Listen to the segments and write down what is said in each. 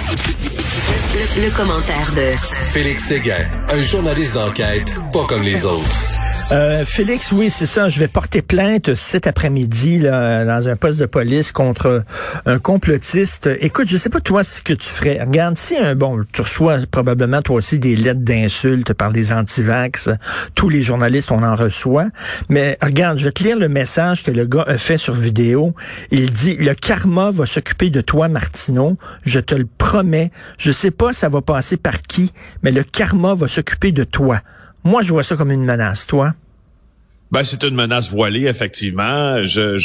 Le commentaire de Félix Séguin, un journaliste d'enquête pas comme les autres. Félix, oui, c'est ça. Je vais porter plainte cet après-midi là, dans un poste de police contre un complotiste. Écoute, je sais pas toi ce que tu ferais. Regarde, si tu reçois probablement toi aussi des lettres d'insultes par des antivax. Tous les journalistes, on en reçoit. Mais regarde, je vais te lire le message que le gars a fait sur vidéo. Il dit: le karma va s'occuper de toi, Martineau. Je te le promets. Je sais pas ça va passer par qui, mais le karma va s'occuper de toi. Moi, je vois ça comme une menace, toi. Ben, c'est une menace voilée, effectivement.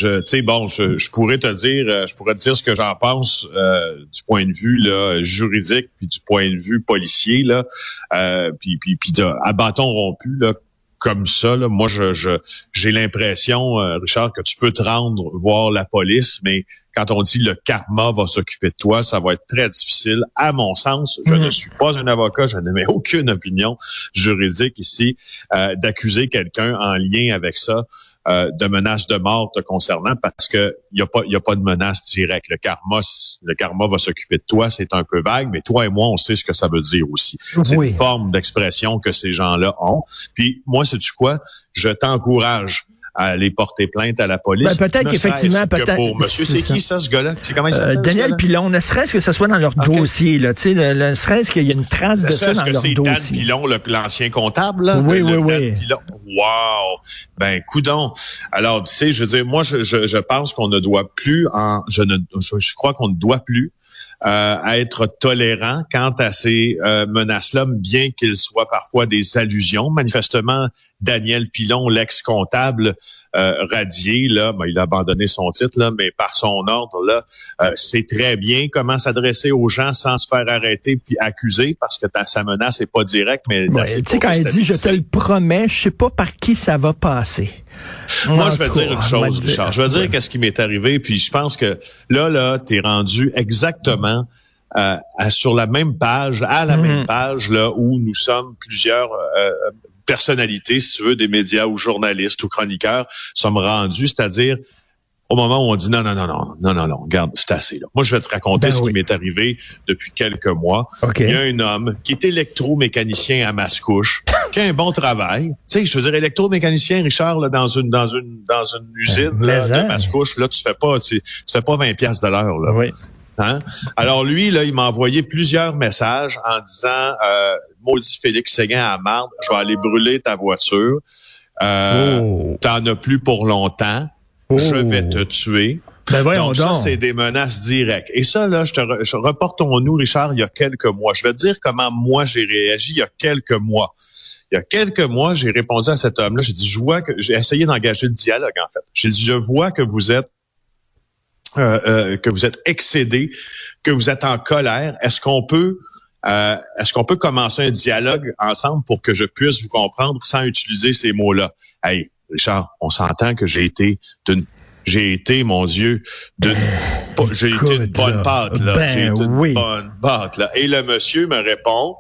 Je pourrais te dire ce que j'en pense du point de vue là juridique puis du point de vue policier là, puis à bâton rompu là. Comme ça, là, moi, j'ai l'impression, Richard, que tu peux te rendre voir la police, mais quand on dit le karma va s'occuper de toi, ça va être très difficile. À mon sens, je ne suis pas un avocat, je n'émets aucune opinion juridique ici, d'accuser quelqu'un en lien avec ça de menace de mort te concernant, parce que il y a pas de menace directe. Le karma va s'occuper de toi, c'est un peu vague, mais toi et moi, on sait ce que ça veut dire aussi. C'est une forme d'expression que ces gens-là ont. Puis moi, sais-tu quoi? Je t'encourage à aller porter plainte à la police. Ben, peut-être qu'effectivement, peut-être. Pour monsieur, c'est qui ça, ce gars-là? C'est comment il s'appelle? Daniel Pilon, ne serait-ce que ça soit dans leur dossier, là, tu sais, ne serait-ce qu'il y a une trace de ça dans leur dossier. Dan Pilon, l'ancien comptable, là? Oui. Pilon. Wow! Ben, coudonc. Alors, tu sais, je veux dire, moi, je pense qu'on ne doit plus je crois qu'on ne doit plus à être tolérant quant à ces menaces-là, bien qu'ils soient parfois des allusions. Manifestement, Daniel Pilon, l'ex-comptable radié, là, il a abandonné son titre, là, mais par son ordre, là, sait très bien comment s'adresser aux gens sans se faire arrêter puis accuser, parce que sa menace n'est pas directe, mais tu sais, quand il dit « je te le promets », je sais pas par qui ça va passer. Moi, je vais dire une chose, Richard. Je vais dire qu'est-ce qui m'est arrivé, puis je pense que là, t'es rendu exactement sur la même page, même page là où nous sommes plusieurs personnalités, si tu veux, des médias ou journalistes ou chroniqueurs, sommes rendus, c'est-à-dire au moment où on dit non, regarde, c'est assez là. Moi, je vais te raconter ce qui m'est arrivé depuis quelques mois. Okay. Il y a un homme qui est électromécanicien à Mascouche, qui a un bon travail. Tu sais, je veux dire, électromécanicien, Richard, là, dans une usine là, de Mascouche, là, tu fais pas 20 piastres de l'heure, là. Oui. Hein? Alors lui, là, il m'a envoyé plusieurs messages en disant maudit Félix Séguin à marde, je vais aller brûler ta voiture. T'en as plus pour longtemps. Je vais te tuer. Ben voyons donc, ça, c'est des menaces directes. Et ça, là, reportons-nous, Richard, il y a quelques mois. Je vais te dire comment moi j'ai réagi il y a quelques mois. Il y a quelques mois, j'ai répondu à cet homme-là. J'ai dit, j'ai essayé d'engager le dialogue, en fait. J'ai dit, je vois que vous êtes excédé, que vous êtes en colère. Est-ce qu'on peut commencer un dialogue ensemble pour que je puisse vous comprendre sans utiliser ces mots-là? Hey, Richard, on s'entend que j'ai été une bonne pâte, là. Ben, j'ai été une bonne pâte, là. Et le monsieur me répond,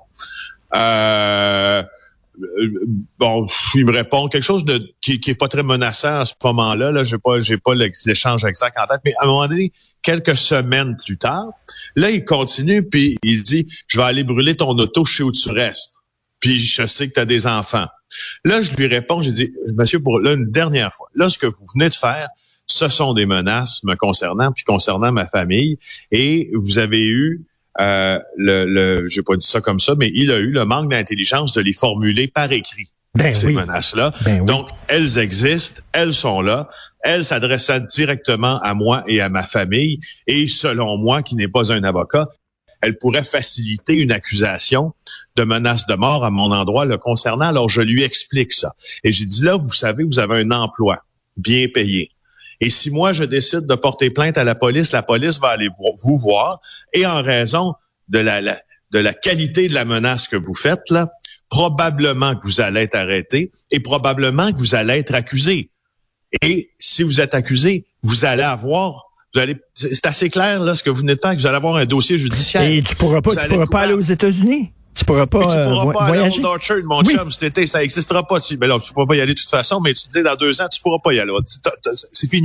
il me répond quelque chose qui est pas très menaçant à ce moment-là. Là, j'ai pas l'échange exact en tête, mais à un moment donné, quelques semaines plus tard, là, il continue puis il dit, je vais aller brûler ton auto, je sais où tu restes. Puis je sais que tu as des enfants. Là, je lui réponds, j'ai dit, monsieur, pour là une dernière fois, là, ce que vous venez de faire, ce sont des menaces me concernant puis concernant ma famille, et vous avez eu j'ai pas dit ça comme ça, mais il a eu le manque d'intelligence de les formuler par écrit, ces menaces-là. Donc, elles existent, elles sont là, elles s'adressent directement à moi et à ma famille, et selon moi, qui n'est pas un avocat, elles pourraient faciliter une accusation de menace de mort à mon endroit le concernant. Alors, je lui explique ça. Et j'ai dit, là, vous savez, vous avez un emploi bien payé. Et si moi, je décide de porter plainte à la police va aller vous voir. Et en raison de la qualité de la menace que vous faites, là, probablement que vous allez être arrêté et probablement que vous allez être accusé. Et si vous êtes accusé, c'est assez clair, là, ce que vous venez de faire, que vous allez avoir un dossier judiciaire. Et tu pourras pas aller aux États-Unis. Tu pourras pas aller à Old Orchard, mon chum, cet été, ça n'existera pas. Ben là, tu pourras pas y aller de toute façon, mais tu te dis, dans 2 ans, tu pourras pas y aller. C'est fini.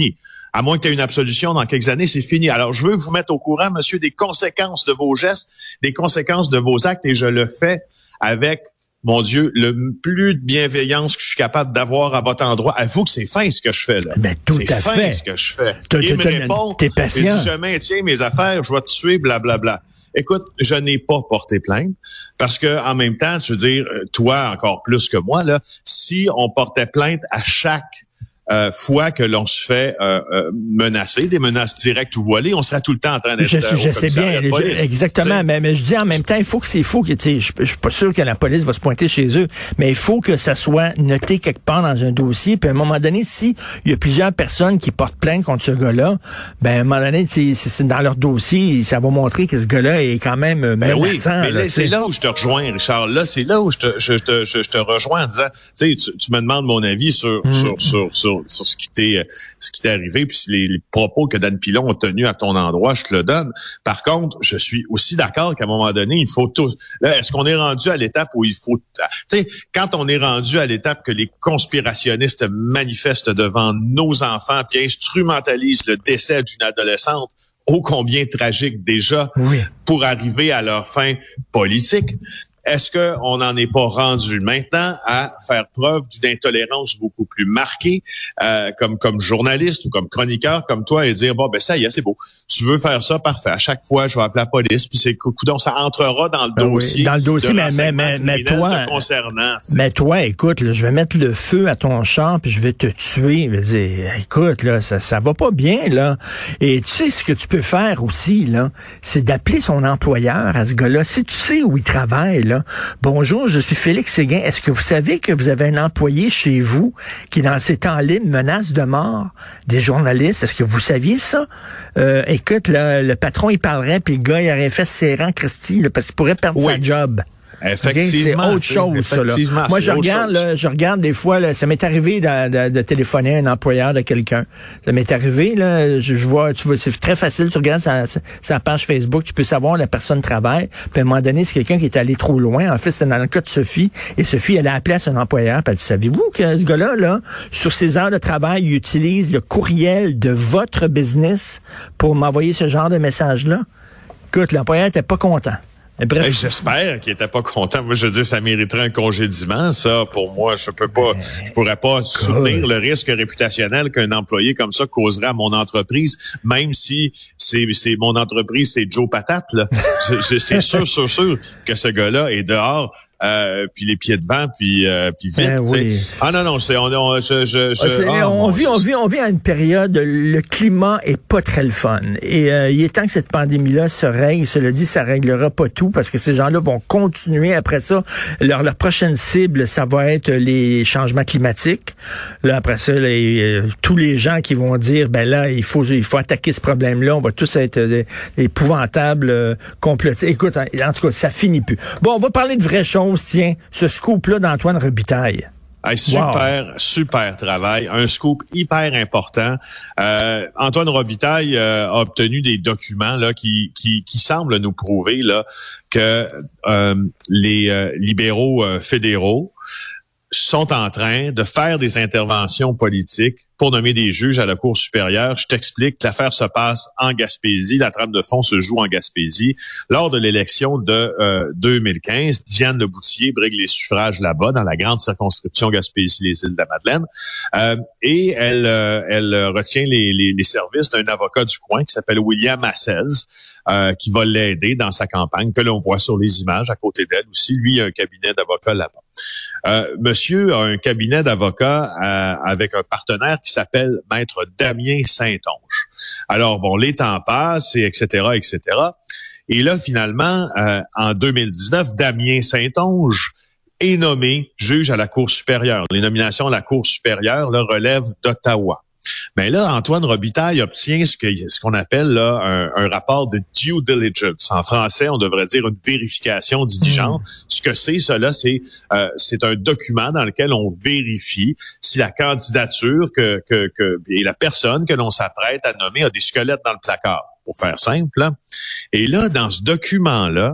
À moins que tu aies une absolution dans quelques années, c'est fini. Alors, je veux vous mettre au courant, monsieur, des conséquences de vos gestes, des conséquences de vos actes, et je le fais avec, mon Dieu, le plus de bienveillance que je suis capable d'avoir à votre endroit. Avoue que c'est fin ce que je fais, là. Ben, tout c'est à fin fait. ce que je fais. Il me répond, t'es patient. si je maintiens mes affaires, je vais te tuer, blablabla. Écoute, je n'ai pas porté plainte parce que en même temps, je veux dire, toi encore plus que moi, là, si on portait plainte à chaque fois que l'on se fait menacer, des menaces directes ou voilées, on serait tout le temps en train d'être je sais bien, exactement, mais je dis en même temps, il faut que c'est fou que, tu sais, je suis pas sûr que la police va se pointer chez eux, mais il faut que ça soit noté quelque part dans un dossier, puis à un moment donné, si il y a plusieurs personnes qui portent plainte contre ce gars-là, ben à un moment donné, c'est dans leur dossier, ça va montrer que ce gars-là est quand même menaçant. Oui, mais c'est là où je te rejoins, Richard. Là, c'est là où je te rejoins en disant, tu sais, tu me demandes mon avis sur ce qui t'est arrivé, puis les propos que Dan Pilon a tenus à ton endroit, je te le donne. Par contre, je suis aussi d'accord qu'à un moment donné, il faut tous... Là, est-ce qu'on est rendu à l'étape où il faut... Tu sais, quand on est rendu à l'étape que les conspirationnistes manifestent devant nos enfants puis instrumentalisent le décès d'une adolescente, ô combien tragique déjà, pour arriver à leur fin politique, est-ce qu'on n'en est pas rendu maintenant à faire preuve d'une intolérance beaucoup plus marquée comme journaliste ou comme chroniqueur comme toi et dire, bon, ben ça y est, c'est beau. Tu veux faire ça, parfait. À chaque fois, je vais appeler la police, puis c'est coudonc, ça entrera dans le dossier. Oui, dans le dossier, mais toi, concernant. Mais toi, écoute, là, je vais mettre le feu à ton champ, puis je vais te tuer. Je vais dire, écoute, là, ça va pas bien, là. Et tu sais ce que tu peux faire aussi, là, c'est d'appeler son employeur à ce gars-là. Si tu sais où il travaille, là, bonjour, je suis Félix Séguin. Est-ce que vous savez que vous avez un employé chez vous qui, dans ses temps libres, menace de mort des journalistes? Est-ce que vous saviez ça? Écoute, là, le patron, il parlerait, puis le gars, il aurait fait serrant Christy, là, parce qu'il pourrait perdre sa job. Effectivement. C'est autre chose, ça, là. Moi, je regarde des fois, là, ça m'est arrivé de téléphoner à un employeur de quelqu'un. Ça m'est arrivé, là, je vois, tu vois, c'est très facile, tu regardes sa page Facebook, tu peux savoir où la personne travaille, puis à un moment donné, c'est quelqu'un qui est allé trop loin. En fait, c'est dans le cas de Sophie, et Sophie, elle a appelé à son employeur, puis elle dit, savez-vous que ce gars-là, là, sur ses heures de travail, il utilise le courriel de votre business pour m'envoyer ce genre de message-là? Écoute, l'employeur était pas content. Bref. J'espère qu'il était pas content. Moi, je veux dire, ça mériterait un congédiement, ça. Pour moi, je pourrais pas soutenir le risque réputationnel qu'un employé comme ça causerait à mon entreprise, même si c'est mon entreprise, c'est Joe Patate, là. C'est sûr que ce gars-là est dehors. Puis les pieds devant, puis vite. Oui. Ah non, on vit à une période, le climat est pas très le fun. Et il est temps que cette pandémie-là se règle. Cela dit, ça réglera pas tout parce que ces gens-là vont continuer après ça. Leur prochaine cible, ça va être les changements climatiques. Là, après ça, tous les gens qui vont dire, ben là, il faut attaquer ce problème-là. On va tous être épouvantables, complotistes. Écoute, en tout cas, ça finit plus. Bon, on va parler de vraies choses. Tiens, ce scoop-là d'Antoine Robitaille. Hey, super travail. Un scoop hyper important. Antoine Robitaille a obtenu des documents là qui semblent nous prouver là que les libéraux fédéraux sont en train de faire des interventions politiques pour nommer des juges à la Cour supérieure. Je t'explique, l'affaire se passe en Gaspésie, la trame de fond se joue en Gaspésie. Lors de l'élection de 2015, Diane Leboutillier brigue les suffrages là-bas, dans la grande circonscription Gaspésie-les-Îles-de-la-Madeleine, et elle retient les services d'un avocat du coin qui s'appelle William Hassels, qui va l'aider dans sa campagne, que l'on voit sur les images à côté d'elle aussi. Lui, il a un cabinet d'avocats là-bas. Monsieur a un cabinet d'avocats avec un partenaire qui s'appelle Maître Damien Saint-Onge. Alors, bon, les temps passent, et etc., etc. Et là, finalement, en 2019, Damien Saint-Onge est nommé juge à la Cour supérieure. Les nominations à la Cour supérieure là, relèvent d'Ottawa. Mais là, Antoine Robitaille obtient ce qu'on appelle là un rapport de due diligence. En français, on devrait dire une vérification diligente. Ce que c'est, cela, c'est un document dans lequel on vérifie si la candidature et la personne que l'on s'apprête à nommer a des squelettes dans le placard, pour faire simple. Hein. Et là, dans ce document-là,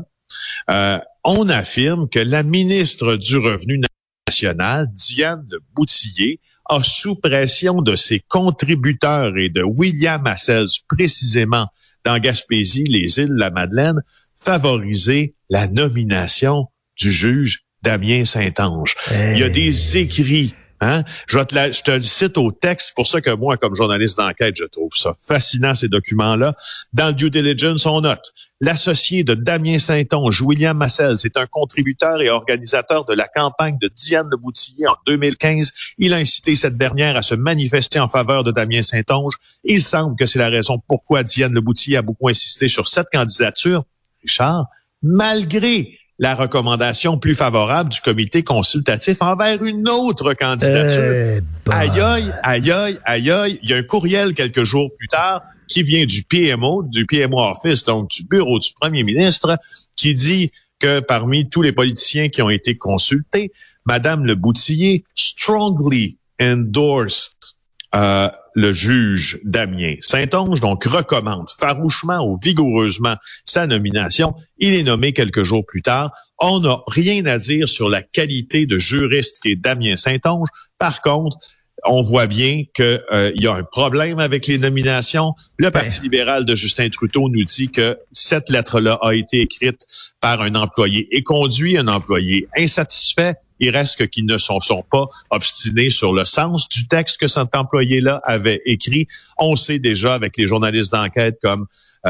on affirme que la ministre du Revenu national, Diane Leboutillier, a sous pression de ses contributeurs et de William Hassels, précisément dans Gaspésie, les îles de la Madeleine, favorisé la nomination du juge Damien Saint-Onge. Il y a des écrits. Hein? Je te le cite au texte, pour ça que moi, comme journaliste d'enquête, je trouve ça fascinant, ces documents-là. Dans le due diligence, on note: l'associé de Damien Saint-Onge, William Hassels, est un contributeur et organisateur de la campagne de Diane Leboutillier en 2015. Il a incité cette dernière à se manifester en faveur de Damien Saint-Onge. Il semble que c'est la raison pourquoi Diane Leboutillier a beaucoup insisté sur cette candidature. Richard, malgré la recommandation plus favorable du comité consultatif envers une autre candidature. Aïe, aïe, aïe, aïe, aïe, aïe. Il y a un courriel quelques jours plus tard qui vient du PMO Office, donc du bureau du premier ministre, qui dit que parmi tous les politiciens qui ont été consultés, Madame Leboutillier strongly endorsed le juge Damien Saint-Onge, donc recommande farouchement ou vigoureusement sa nomination. Il est nommé quelques jours plus tard. On n'a rien à dire sur la qualité de juriste qui est Damien Saint-Onge. Par contre, on voit bien que il y a un problème avec les nominations. Le Parti libéral de Justin Trudeau nous dit que cette lettre-là a été écrite par un employé et conduit un employé insatisfait. Il reste qu'ils ne sont pas obstinés sur le sens du texte que cet employé-là avait écrit. On sait déjà avec les journalistes d'enquête comme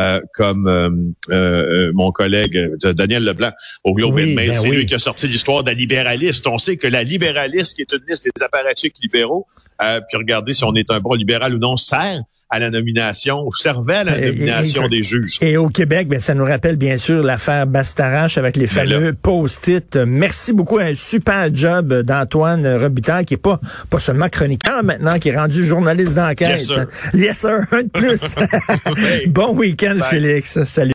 mon collègue Daniel Leblanc au Globe and Mail, c'est lui qui a sorti l'histoire de la libéraliste. On sait que la libéraliste, qui est une liste des apparatchiks libéraux, puis regardez si on est un bon libéral ou non, sert à la nomination, ou servait à la nomination des juges. Et au Québec, ça nous rappelle bien sûr l'affaire Bastarache avec les fameux post-it. Merci beaucoup, un super job d'Antoine Robitaille, qui est pas seulement chroniqueur maintenant, qui est rendu journaliste d'enquête. Yes, sir. Yes, sir. Un de plus. Bon week-end, Félix. Salut.